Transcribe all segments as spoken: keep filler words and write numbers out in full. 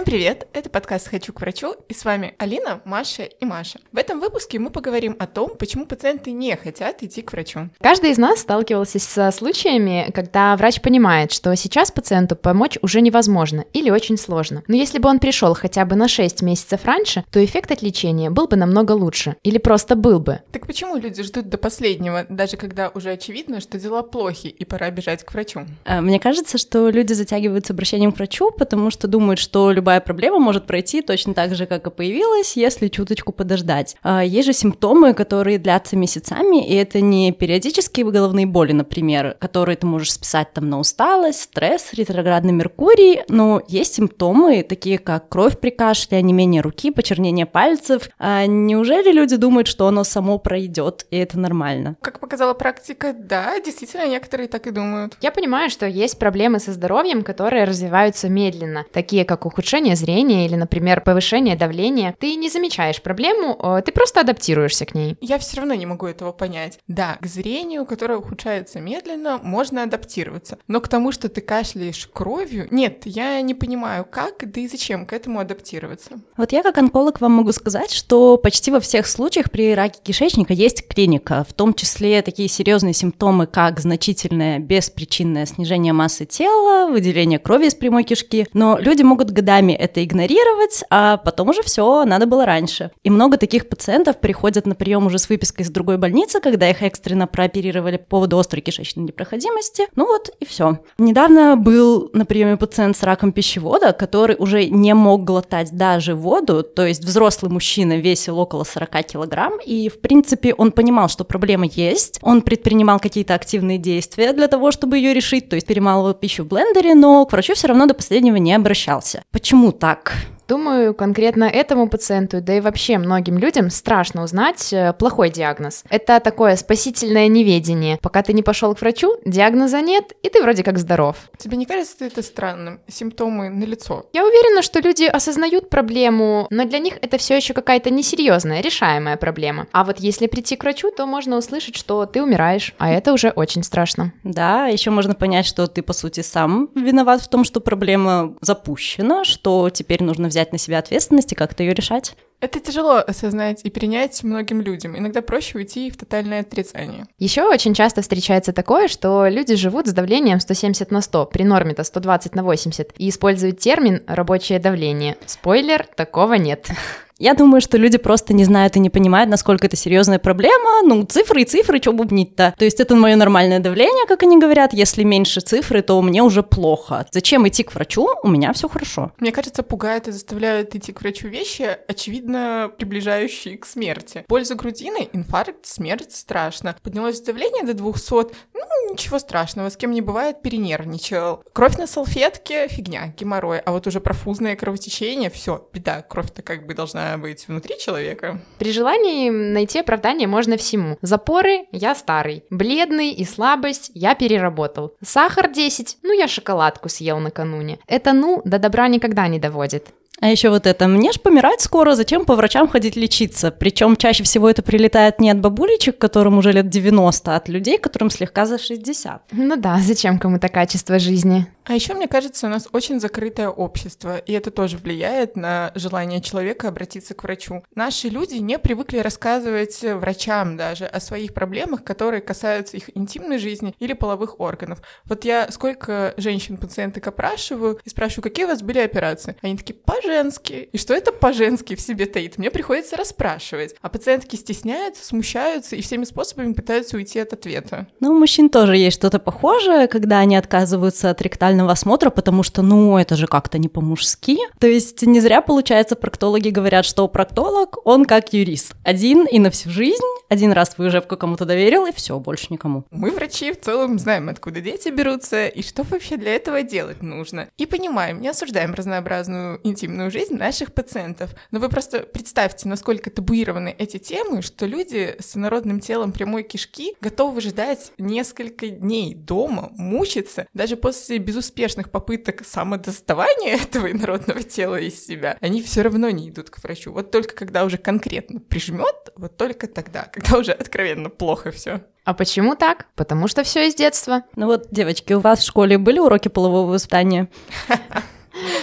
Всем привет! Это подкаст «Хочу к врачу», и с вами Алина, Маша и Маша. В этом выпуске мы поговорим о том, почему пациенты не хотят идти к врачу. Каждый из нас сталкивался со случаями, когда врач понимает, что сейчас пациенту помочь уже невозможно или очень сложно. Но если бы он пришел хотя бы на шесть месяцев раньше, то эффект от лечения был бы намного лучше. Или просто был бы. Так почему люди ждут до последнего, даже когда уже очевидно, что дела плохи и пора бежать к врачу? Мне кажется, что люди затягивают с обращением к врачу, потому что думают, что любая проблема может пройти точно так же, как и появилась, если чуточку подождать. Есть же симптомы, которые длятся месяцами, и это не периодические головные боли, например, которые ты можешь списать там на усталость, стресс, ретроградный Меркурий, но есть симптомы, такие как кровь при кашле, онемение руки, почернение пальцев. А неужели люди думают, что оно само пройдет, и это нормально? Как показала практика, да, действительно, некоторые так и думают. Я понимаю, что есть проблемы со здоровьем, которые развиваются медленно, такие как ухудшение зрения или, например, повышение давления. Ты не замечаешь проблему, ты просто адаптируешься к ней. Я все равно не могу этого понять. Да, к зрению, которое ухудшается медленно, можно адаптироваться. Но к тому, что ты кашляешь кровью, нет, я не понимаю, как, да и зачем к этому адаптироваться. Вот я как онколог вам могу сказать, что почти во всех случаях при раке кишечника есть клиника, в том числе такие серьезные симптомы, как значительное беспричинное снижение массы тела, выделение крови из прямой кишки, но люди могут годами это игнорировать, а потом уже все, надо было раньше. И много таких пациентов приходят на прием уже с выпиской из другой больницы, когда их экстренно прооперировали по поводу острой кишечной непроходимости. Ну вот и все. Недавно был на приеме пациент с раком пищевода, который уже не мог глотать даже воду, то есть взрослый мужчина весил около сорок килограмм, и в принципе он понимал, что проблема есть, он предпринимал какие-то активные действия для того, чтобы ее решить, то есть перемалывал пищу в блендере, но к врачу все равно до последнего не обращался. Почему так? Думаю, конкретно этому пациенту, да и вообще многим людям страшно узнать плохой диагноз. Это такое спасительное неведение. Пока ты не пошел к врачу, диагноза нет, и ты вроде как здоров. Тебе не кажется это странным? Симптомы налицо. Я уверена, что люди осознают проблему, но для них это все еще какая-то несерьезная, решаемая проблема. А вот если прийти к врачу, то можно услышать, что ты умираешь, а это уже очень страшно. Да, еще можно понять, что ты, по сути, сам виноват в том, что проблема запущена, что теперь нужно взять на себя ответственность и как-то ее решать. Это тяжело осознать и принять многим людям. Иногда проще уйти в тотальное отрицание. Еще очень часто встречается такое, что люди живут с давлением сто семьдесят на сто, при норме-то сто двадцать на восемьдесят, и используют термин «рабочее давление». Спойлер, такого нет. Я думаю, что люди просто не знают и не понимают, насколько это серьезная проблема. Ну, цифры и цифры, что бубнить-то? То есть это мое нормальное давление, как они говорят. Если меньше цифры, то мне уже плохо. Зачем идти к врачу? У меня все хорошо. Мне кажется, пугают и заставляют идти к врачу вещи, очевидно, приближающие к смерти. Польза грудины, инфаркт, смерть, страшно. Поднялось давление до двухсот, ну, ничего страшного, с кем не бывает, перенервничал. Кровь на салфетке, фигня, геморрой. А вот уже профузное кровотечение, все, беда, кровь-то как бы должна быть внутри человека. При желании найти оправдание можно всему. Запоры – я старый. Бледный и слабость – я переработал. Сахар десять – ну я шоколадку съел накануне. Это ну до добра никогда не доводит. А еще вот это, мне ж помирать скоро, зачем по врачам ходить лечиться? Причем чаще всего это прилетает не от бабулечек, которым уже лет девяносто, а от людей, которым слегка за шестьдесят. Ну да, зачем кому-то качество жизни? А еще, мне кажется, у нас очень закрытое общество, и это тоже влияет на желание человека обратиться к врачу. Наши люди не привыкли рассказывать врачам даже о своих проблемах, которые касаются их интимной жизни или половых органов. Вот я сколько женщин-пациенток опрашиваю и спрашиваю, какие у вас были операции? Они такие, по-женски. И что это по-женски в себе таит? Мне приходится расспрашивать. А пациентки стесняются, смущаются и всеми способами пытаются уйти от ответа. Ну, у мужчин тоже есть что-то похожее, когда они отказываются от ректального осмотра, потому что, ну, это же как-то не по-мужски. То есть не зря, получается, проктологи говорят, что проктолог, он как юрист. Один и на всю жизнь, один раз выжевку кому-то доверил, и все, больше никому. Мы, врачи, в целом знаем, откуда дети берутся, и что вообще для этого делать нужно. И понимаем, не осуждаем разнообразную интимную жизнь наших пациентов. Но вы просто представьте, насколько табуированы эти темы, что люди с инородным телом прямой кишки готовы ждать несколько дней дома, мучиться, даже после безуспешных попыток самодоставания этого инородного тела из себя. Они все равно не идут к врачу. Вот только когда уже конкретно прижмет, вот только тогда, когда уже откровенно плохо все. А почему так? Потому что все из детства. Ну вот, девочки, у вас в школе были уроки полового воспитания?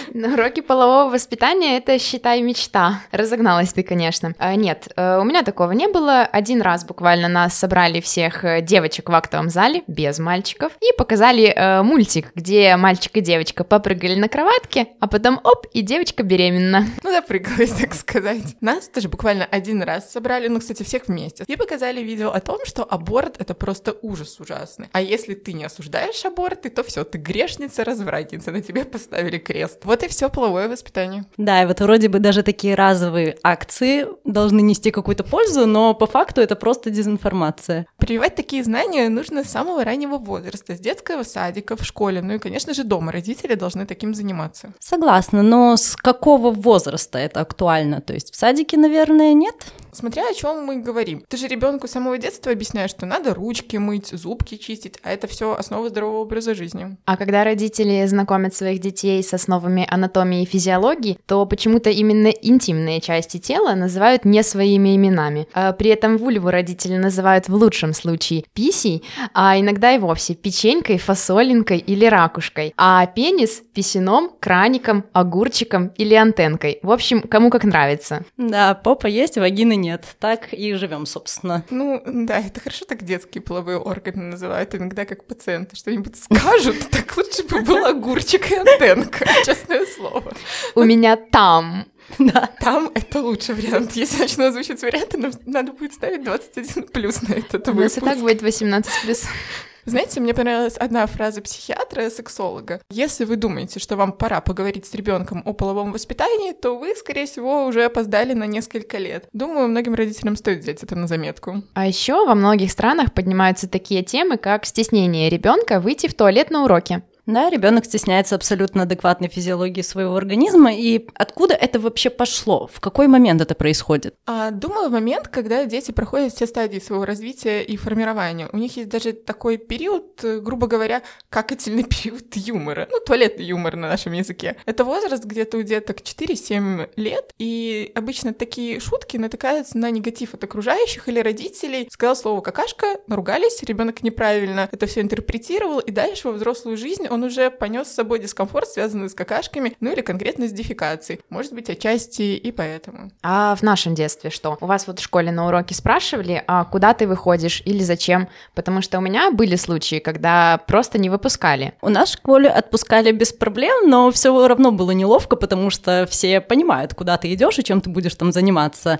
На уроки полового воспитания — это, считай, мечта. Разогналась ты, конечно. А, нет, у меня такого не было. Один раз буквально нас собрали всех девочек в актовом зале, без мальчиков, и показали э, мультик, где мальчик и девочка попрыгали на кроватке, а потом оп, и девочка беременна. Ну, допрыгалась, так сказать. Нас тоже буквально один раз собрали, ну, кстати, всех вместе, и показали видео о том, что аборт — это просто ужас ужасный. А если ты не осуждаешь аборты, то все, ты грешница, развратница, на тебе поставили крест. Вот и все половое воспитание. Да, и вот вроде бы даже такие разовые акции должны нести какую-то пользу, но по факту это просто дезинформация. Прививать такие знания нужно с самого раннего возраста, с детского садика, в школе, ну и, конечно же, дома родители должны таким заниматься. Согласна, но с какого возраста это актуально? То есть в садике, наверное, нет? Смотря о чем мы говорим. Ты же ребенку с самого детства объясняешь, что надо ручки мыть, зубки чистить, а это все основа здорового образа жизни. А когда родители знакомят своих детей с основами анатомии и физиологии, то почему-то именно интимные части тела называют не своими именами. А при этом вульву родители называют в лучшем случае писей, а иногда и вовсе печенькой, фасолинкой или ракушкой, а пенис — писюном, краником, огурчиком или антенкой. В общем, кому как нравится. Да, попа есть, вагины нет. Так и живем, собственно. Ну, да, это хорошо так детские половые органы называют, иногда как пациенты что-нибудь скажут, так лучше бы был огурчик и антенка, честное слово. У меня там... Да, там это лучший вариант. Если начну озвучивать варианты, нам надо будет ставить двадцать один плюс на этот выпуск. У нас и так будет восемнадцать плюс. Знаете, мне понравилась одна фраза психиатра, сексолога. Если вы думаете, что вам пора поговорить с ребенком о половом воспитании, то вы, скорее всего, уже опоздали на несколько лет. Думаю, многим родителям стоит взять это на заметку. А еще во многих странах поднимаются такие темы, как стеснение ребенка выйти в туалет на уроке. Да, ребенок стесняется абсолютно адекватной физиологии своего организма. И откуда это вообще пошло? В какой момент это происходит? А, думаю, в момент, когда дети проходят все стадии своего развития и формирования. У них есть даже такой период, грубо говоря, какательный период юмора. Ну, туалетный юмор на нашем языке. Это возраст где-то у деток четыре-семь лет, и обычно такие шутки натыкаются на негатив от окружающих или родителей. Сказал слово «какашка», наругались, ребенок неправильно это все интерпретировал, и дальше во взрослую жизнь он уже понес с собой дискомфорт, связанный с какашками, ну или конкретно с дефекацией. Может быть, отчасти и поэтому. А в нашем детстве что? У вас вот в школе на уроке спрашивали, а куда ты выходишь или зачем? Потому что у меня были случаи, когда просто не выпускали. У нас в школе отпускали без проблем, но все равно было неловко, потому что все понимают, куда ты идешь и чем ты будешь там заниматься.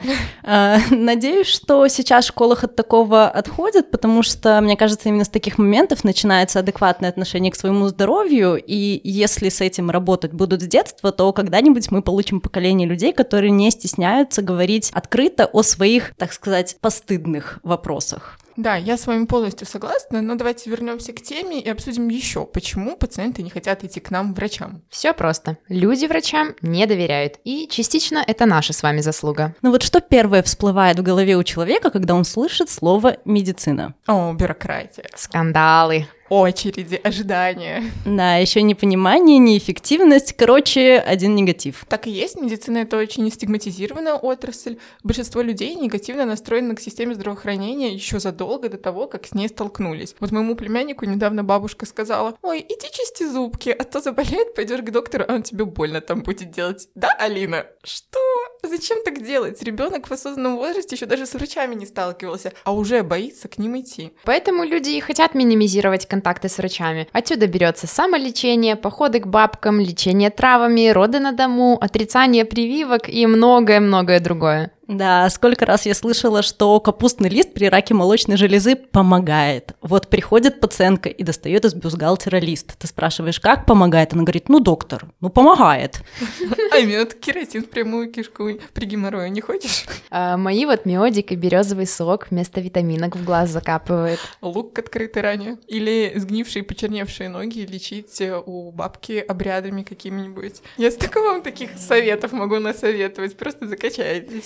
Надеюсь, что сейчас в школах от такого отходят, потому что, мне кажется, именно с таких моментов начинается адекватное отношение к своему здоровью, и если с этим работать будут с детства, то когда-нибудь мы получим поколение людей, которые не стесняются говорить открыто о своих, так сказать, постыдных вопросах. Да, я с вами полностью согласна, но давайте вернемся к теме и обсудим еще, почему пациенты не хотят идти к нам, врачам. Все просто. Люди врачам не доверяют, и частично это наша с вами заслуга. Ну вот что первое всплывает в голове у человека, когда он слышит слово «медицина»? О, бюрократия. Скандалы. Очереди, ожидания. Да, еще непонимание, неэффективность, короче, один негатив. Так и есть, медицина — это очень стигматизированная отрасль. Большинство людей негативно настроены к системе здравоохранения еще задолго до того, как с ней столкнулись. Вот моему племяннику недавно бабушка сказала: «Ой, иди чисти зубки, а то заболеет, пойдешь к доктору, а он тебе больно там будет делать». Да, Алина? Что? Зачем так делать? Ребенок в осознанном возрасте еще даже с врачами не сталкивался, а уже боится к ним идти. Поэтому люди и хотят минимизировать контакты с врачами. Отсюда берется самолечение, походы к бабкам, лечение травами, роды на дому, отрицание прививок и многое-многое другое. Да, сколько раз я слышала, что капустный лист при раке молочной железы помогает. Вот приходит пациентка и достает из бюстгальтера лист. Ты спрашиваешь, как помогает? Она говорит: ну, доктор, ну, помогает. А мед, кератин в прямую кишку при геморрое не хочешь? А, мои вот миодик и березовый сок вместо витаминок в глаз закапывают. Лук открытый ранее. Или сгнившие, почерневшие ноги лечить у бабки обрядами какими-нибудь. Я столько вам таких советов могу насоветовать, просто закачайтесь.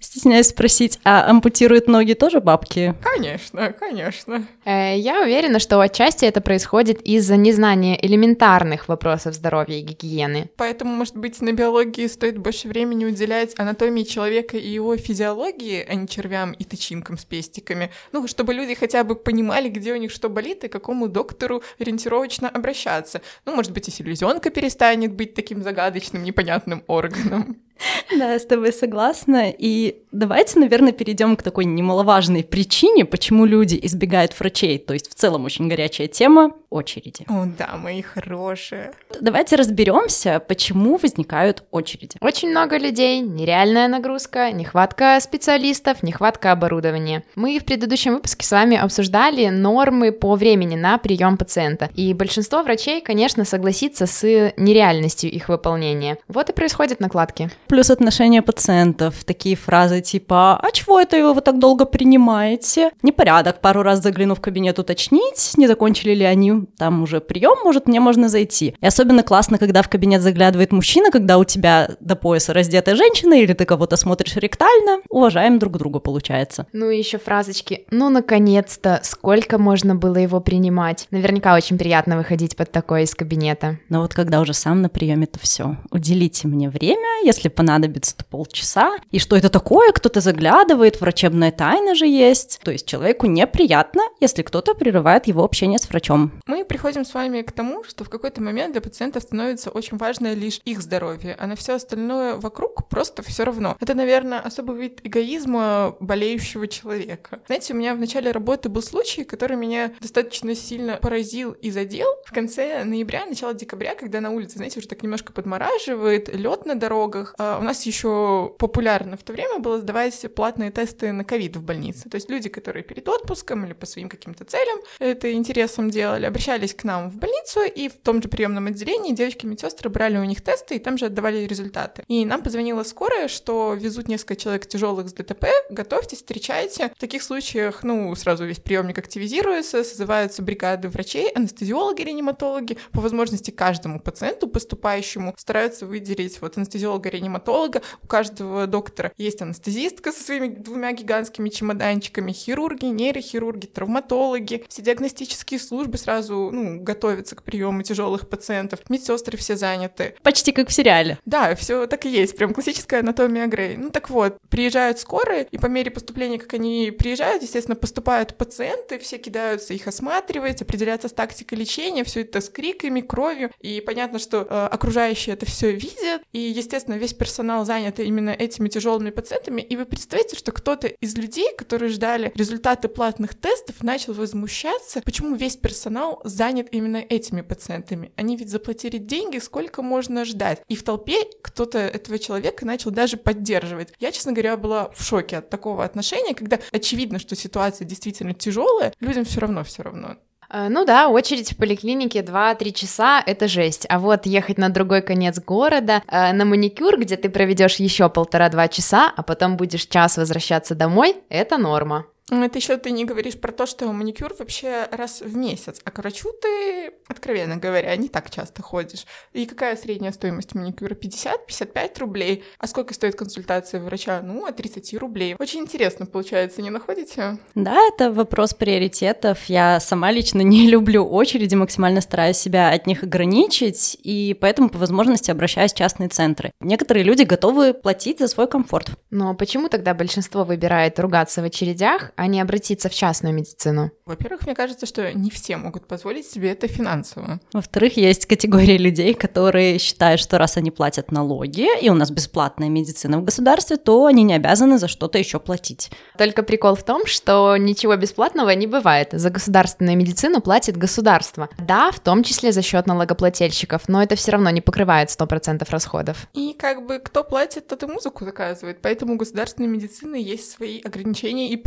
Стесняюсь спросить, а ампутируют ноги тоже бабки? Конечно, конечно. Э, Я уверена, что отчасти это происходит из-за незнания элементарных вопросов здоровья и гигиены. Поэтому, может быть, на биологии стоит больше времени уделять анатомии человека и его физиологии, а не червям и тычинкам с пестиками. Ну, чтобы люди хотя бы понимали, где у них что болит и к какому доктору ориентировочно обращаться. Ну, может быть, и селезенка перестанет быть таким загадочным, непонятным органом. Да, я с тобой согласна. И давайте, наверное, перейдем к такой немаловажной причине, почему люди избегают врачей. То есть в целом очень горячая тема — очереди. О, да, мои хорошие. Давайте разберемся, почему возникают очереди. Очень много людей, нереальная нагрузка, нехватка специалистов, нехватка оборудования. Мы в предыдущем выпуске с вами обсуждали нормы по времени на прием пациента. И большинство врачей, конечно, согласится с нереальностью их выполнения. Вот и происходят накладки. Плюс отношение пациентов, такие фразы типа «А чего это вы так долго принимаете?» Непорядок, пару раз загляну в кабинет уточнить, не закончили ли они там уже прием, может, мне можно зайти. И особенно классно, когда в кабинет заглядывает мужчина, когда у тебя до пояса раздетая женщина, или ты кого-то смотришь ректально, уважаем друг друга, получается. Ну и еще фразочки «Ну, наконец-то! Сколько можно было его принимать?» Наверняка очень приятно выходить под такое из кабинета. Но вот когда уже сам на приеме, то все. Уделите мне время, если понадобится, то полчаса. И что это такое? Кто-то заглядывает, врачебная тайна же есть. То есть человеку неприятно, если кто-то прерывает его общение с врачом. Мы приходим с вами к тому, что в какой-то момент для пациентов становится очень важно лишь их здоровье, а на все остальное вокруг просто все равно. Это, наверное, особый вид эгоизма болеющего человека. Знаете, у меня в начале работы был случай, который меня достаточно сильно поразил и задел. В конце ноября, начало декабря, когда на улице, знаете, уже так немножко подмораживает, лед на дорогах. А у нас еще популярно в то время было сдавать платные тесты на ковид в больнице. То есть люди, которые перед отпуском или по своим каким-то целям это интересом делали, обращались к нам в больницу, и в том же приемном отделении девочки-медсестры брали у них тесты и там же отдавали результаты. И нам позвонила скорая, что везут несколько человек тяжелых с ДТП, готовьтесь, встречайте. В таких случаях, ну, сразу весь приемник активизируется, созываются бригады врачей, анестезиологи, реаниматологи. По возможности каждому пациенту, поступающему, стараются выделить вот анестезиолога-реаниматолога. У каждого доктора есть анестезистка со своими двумя гигантскими чемоданчиками, хирурги, нейрохирурги, травматологи. Все диагностические службы сразу, ну, готовятся к приему тяжелых пациентов. Медсестры все заняты. Почти как в сериале. Да, все так и есть, прям классическая анатомия Грей. Ну так вот, приезжают скорые, и по мере поступления, как они приезжают, естественно, поступают пациенты, все кидаются их осматривать, определяться с тактикой лечения, все это с криками, кровью, и понятно, что э, окружающие это все видят, и, естественно, весь персонал занят именно этими тяжелыми пациентами, и вы представляете, что кто-то из людей, которые ждали результаты платных тестов, начал возмущаться, почему весь персонал занят именно этими пациентами. Они ведь заплатили деньги, сколько можно ждать. И в толпе кто-то этого человека начал даже поддерживать. Я, честно говоря, была в шоке от такого отношения, когда очевидно, что ситуация действительно тяжелая, людям все равно, все равно. Ну да, очередь в поликлинике два-три часа — это жесть. А вот ехать на другой конец города э, на маникюр, где ты проведешь еще полтора-два часа, а потом будешь час возвращаться домой — это норма. Это еще ты не говоришь про то, что маникюр вообще раз в месяц, а к врачу ты, откровенно говоря, не так часто ходишь. И какая средняя стоимость маникюра? пятьдесят - пятьдесят пять рублей. А сколько стоит консультация врача? Ну, от тридцать рублей. Очень интересно получается, не находите? Да, это вопрос приоритетов. Я сама лично не люблю очереди, максимально стараюсь себя от них ограничить, и поэтому по возможности обращаюсь в частные центры. Некоторые люди готовы платить за свой комфорт. Но почему тогда большинство выбирает ругаться в очередях, а не обратиться в частную медицину? Во-первых, мне кажется, что не все могут позволить себе это финансово. Во-вторых, есть категория людей, которые считают, что раз они платят налоги, и у нас бесплатная медицина в государстве, то они не обязаны за что-то еще платить. Только прикол в том, что ничего бесплатного не бывает. За государственную медицину платит государство. Да, в том числе за счет налогоплательщиков, но это все равно не покрывает сто процентов расходов. И как бы кто платит, тот и музыку заказывает, поэтому у государственной медицины есть свои ограничения и правила.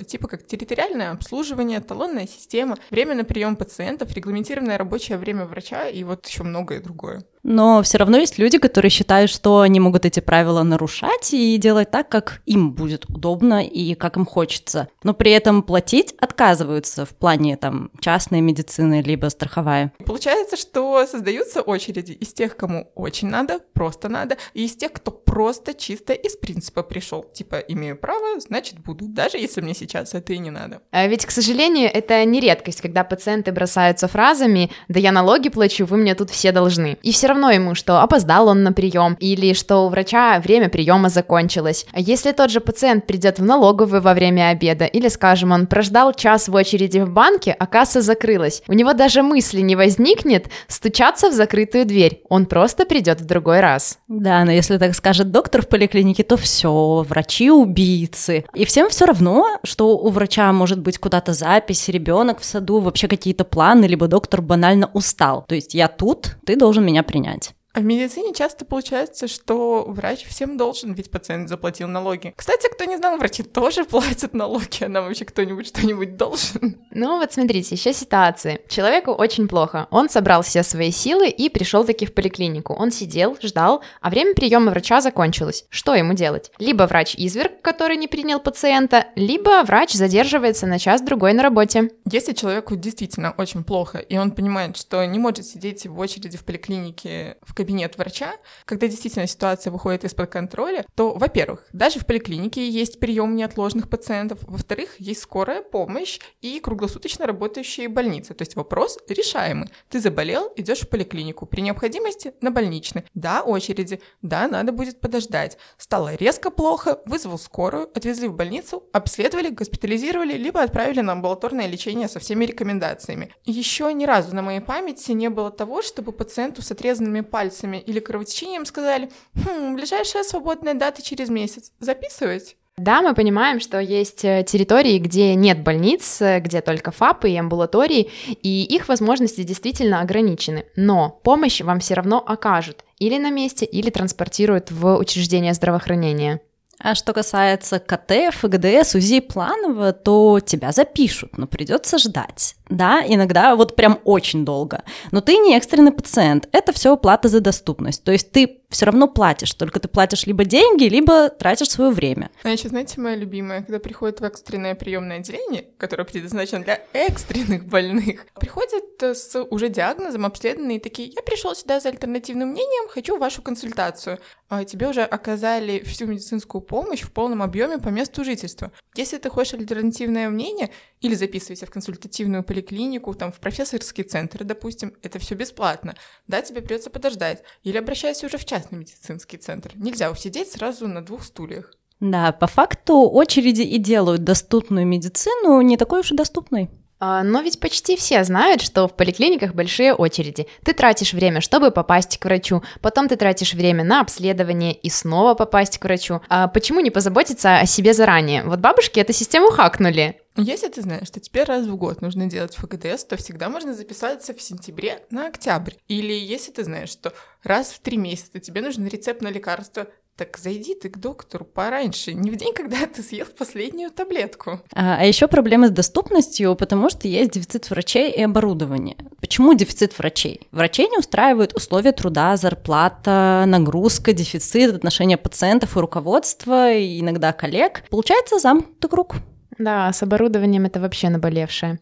типа как территориальное обслуживание, талонная система, время на прием пациентов, регламентированное рабочее время врача и вот еще многое другое. Но все равно есть люди, которые считают, что они могут эти правила нарушать и делать так, как им будет удобно и как им хочется. Но при этом платить отказываются в плане там частной медицины либо страховая. Получается, что создаются очереди из тех, кому очень надо, просто надо, и из тех, кто просто чисто из принципа пришел. Типа, имею право, значит буду, даже если мне сейчас это и не надо. А ведь, к сожалению, это не редкость, когда пациенты бросаются фразами: «Да я налоги плачу, вы мне тут все должны». И все равно ему, что опоздал он на прием, или что у врача время приема закончилось. А если тот же пациент придет в налоговую во время обеда, или, скажем, он прождал час в очереди в банке, а касса закрылась, у него даже мысли не возникнет стучаться в закрытую дверь, он просто придет в другой раз. Да, но если так скажет доктор в поликлинике, то все, врачи убийцы. И всем все равно, что у врача может быть куда-то запись, ребенок в саду, вообще какие-то планы, либо доктор банально устал. То есть я тут, ты должен меня принять. А в медицине часто получается, что врач всем должен, ведь пациент заплатил налоги. Кстати, кто не знал, врачи тоже платят налоги, а нам вообще кто-нибудь что-нибудь должен. Ну вот смотрите, еще ситуации. Человеку очень плохо. Он собрал все свои силы и пришел таки в поликлинику. Он сидел, ждал, а время приема врача закончилось. Что ему делать? Либо врач изверг, который не принял пациента, либо врач задерживается на час-другой на работе. Если человеку действительно очень плохо, и он понимает, что не может сидеть в очереди в поликлинике в кабинет врача, когда действительно ситуация выходит из-под контроля, то, во-первых, даже в поликлинике есть прием неотложных пациентов, во-вторых, есть скорая помощь и круглосуточно работающие больницы. То есть вопрос решаемый. Ты заболел, идешь в поликлинику, при необходимости на больничный. Да, очереди, да, надо будет подождать. Стало резко плохо, вызвал скорую, отвезли в больницу, обследовали, госпитализировали, либо отправили на амбулаторное лечение со всеми рекомендациями. Еще ни разу на моей памяти не было того, чтобы пациенту с отрезанными пальцами или кровотечением сказали: «Хм, ближайшая свободная дата через месяц. Записывать?» Да, мы понимаем, что есть территории, где нет больниц, где только ФАПы и амбулатории, и их возможности действительно ограничены. Но помощь вам все равно окажут или на месте, или транспортируют в учреждение здравоохранения. А что касается КТ, ФГДС, УЗИ планового, то тебя запишут, но придется ждать. Да, иногда вот прям очень долго. Но ты не экстренный пациент, это все плата за доступность. То есть ты все равно платишь, только ты платишь либо деньги, либо тратишь свое время. А еще, знаете, моя любимая, когда приходит в экстренное приемное отделение, которое предназначено для экстренных больных, приходят с уже диагнозом обследованные такие: «Я пришел сюда за альтернативным мнением, хочу вашу консультацию». А тебе уже оказали всю медицинскую помощь в полном объеме по месту жительства. Если ты хочешь альтернативное мнение, или записывайся в консультативную поликлинику, там, в профессорский центр, допустим, это все бесплатно. Да, тебе придется подождать. Или обращайся уже в частный медицинский центр. Нельзя усидеть сразу на двух стульях. Да, по факту очереди и делают доступную медицину не такой уж и доступной. Но ведь почти все знают, что в поликлиниках большие очереди. Ты тратишь время, чтобы попасть к врачу, потом ты тратишь время на обследование и снова попасть к врачу. А почему не позаботиться о себе заранее? Вот бабушки эту систему хакнули. Если ты знаешь, что тебе раз в год нужно делать ФГДС, то всегда можно записаться в сентябре на октябрь. Или если ты знаешь, что раз в три месяца тебе нужен рецепт на лекарство, так зайди ты к доктору пораньше, не в день, когда ты съел последнюю таблетку. А, а еще проблемы с доступностью, потому что есть дефицит врачей и оборудования. Почему дефицит врачей? Врачей не устраивают условия труда, зарплата, нагрузка, дефицит, отношения пациентов и руководства, и иногда коллег. Получается замкнутый круг. Да, с оборудованием это вообще наболевшее.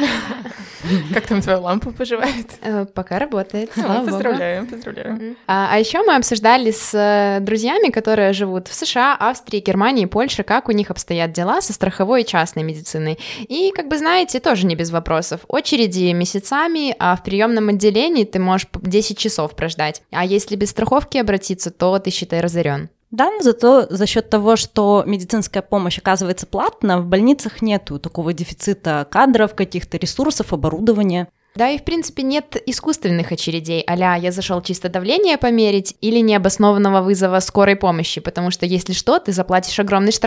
Как там твоя лампа поживает? Пока работает, слава богу. Поздравляем, поздравляем. А, а еще мы обсуждали с друзьями, которые живут в США, Австрии, Германии, Польше, как у них обстоят дела со страховой и частной медициной. И, как бы знаете, тоже не без вопросов. Очереди месяцами, а в приемном отделении ты можешь десять часов прождать. А если без страховки обратиться, то ты, считай, разорен. Да, но зато за счет того, что медицинская помощь оказывается платна, в больницах нету такого дефицита кадров, каких-то ресурсов, оборудования. Да, и в принципе нет искусственных очередей, а-ля я зашел чисто давление померить или необоснованного вызова скорой помощи, потому что если что, ты заплатишь огромный штраф.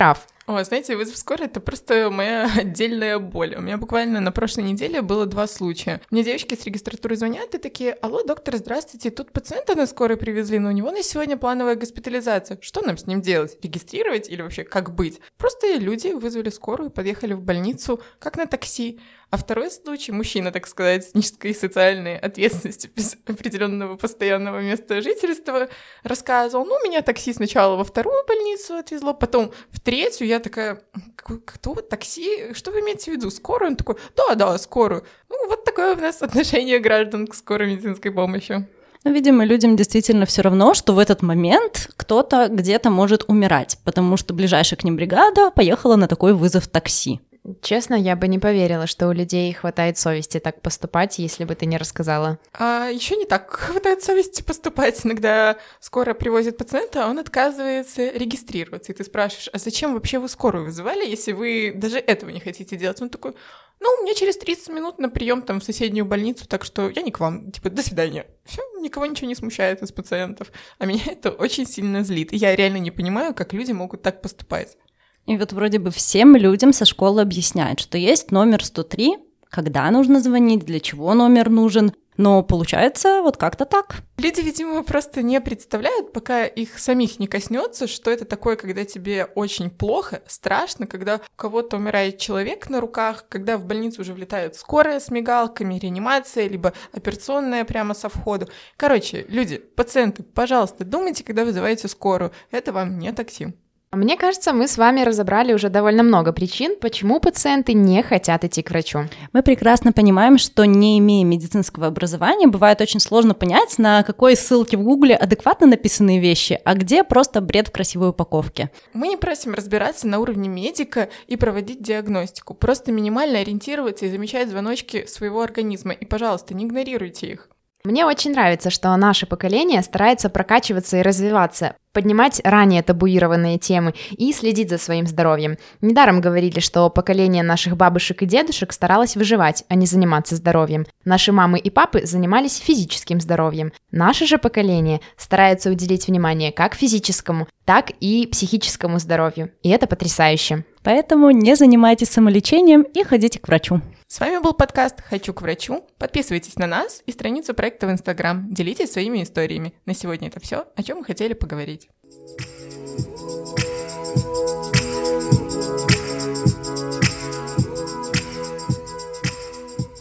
О, знаете, вызов скорой — это просто моя отдельная боль. У меня буквально на прошлой неделе было два случая. Мне девочки с регистратуры звонят и такие: алло, доктор, здравствуйте, тут пациента на скорой привезли, но у него на сегодня плановая госпитализация. Что нам с ним делать? Регистрировать или вообще как быть? Просто люди вызвали скорую, подъехали в больницу, как на такси. А второй случай, мужчина, так сказать, с низкой социальной ответственностью, без определенного постоянного места жительства, рассказывал: ну, меня такси сначала во вторую больницу отвезло, потом в третью. Я такая: кто? Такси? Что вы имеете в виду? Скорую? Он такой: да-да, скорую. Ну, вот такое у нас отношение граждан к скорой медицинской помощи. Ну, видимо, людям действительно все равно, что в этот момент кто-то где-то может умирать, потому что ближайшая к ним бригада поехала на такой вызов такси. Честно, я бы не поверила, что у людей хватает совести так поступать, если бы ты не рассказала. А еще не так хватает совести поступать. Иногда скорая привозит пациента, а он отказывается регистрироваться. И ты спрашиваешь: а зачем вообще вы скорую вызывали, если вы даже этого не хотите делать? Он такой: ну, мне через тридцать минут на прием там в соседнюю больницу, так что я не к вам, типа, до свидания. Все, никого ничего не смущает из пациентов. А меня это очень сильно злит. И я реально не понимаю, как люди могут так поступать. И вот вроде бы всем людям со школы объясняют, что есть номер сто три, когда нужно звонить, для чего номер нужен, но получается вот как-то так. Люди, видимо, просто не представляют, пока их самих не коснется, что это такое, когда тебе очень плохо, страшно, когда у кого-то умирает человек на руках, когда в больницу уже влетает скорая с мигалками, реанимация, либо операционная прямо со входу. Короче, люди, пациенты, пожалуйста, думайте, когда вызываете скорую. Это вам не такси. Мне кажется, мы с вами разобрали уже довольно много причин, почему пациенты не хотят идти к врачу. Мы прекрасно понимаем, что, не имея медицинского образования, бывает очень сложно понять, на какой ссылке в Гугле адекватно написанные вещи, а где просто бред в красивой упаковке. Мы не просим разбираться на уровне медика и проводить диагностику, просто минимально ориентироваться и замечать звоночки своего организма. И, пожалуйста, не игнорируйте их. Мне очень нравится, что наше поколение старается прокачиваться и развиваться, поднимать ранее табуированные темы и следить за своим здоровьем. Недаром говорили, что поколение наших бабушек и дедушек старалось выживать, а не заниматься здоровьем. Наши мамы и папы занимались физическим здоровьем. Наше же поколение старается уделить внимание как физическому, так и психическому здоровью. И это потрясающе. Поэтому не занимайтесь самолечением и ходите к врачу. С вами был подкаст «Хочу к врачу». Подписывайтесь на нас и страницу проекта в Инстаграм. Делитесь своими историями. На сегодня это все, о чем мы хотели поговорить.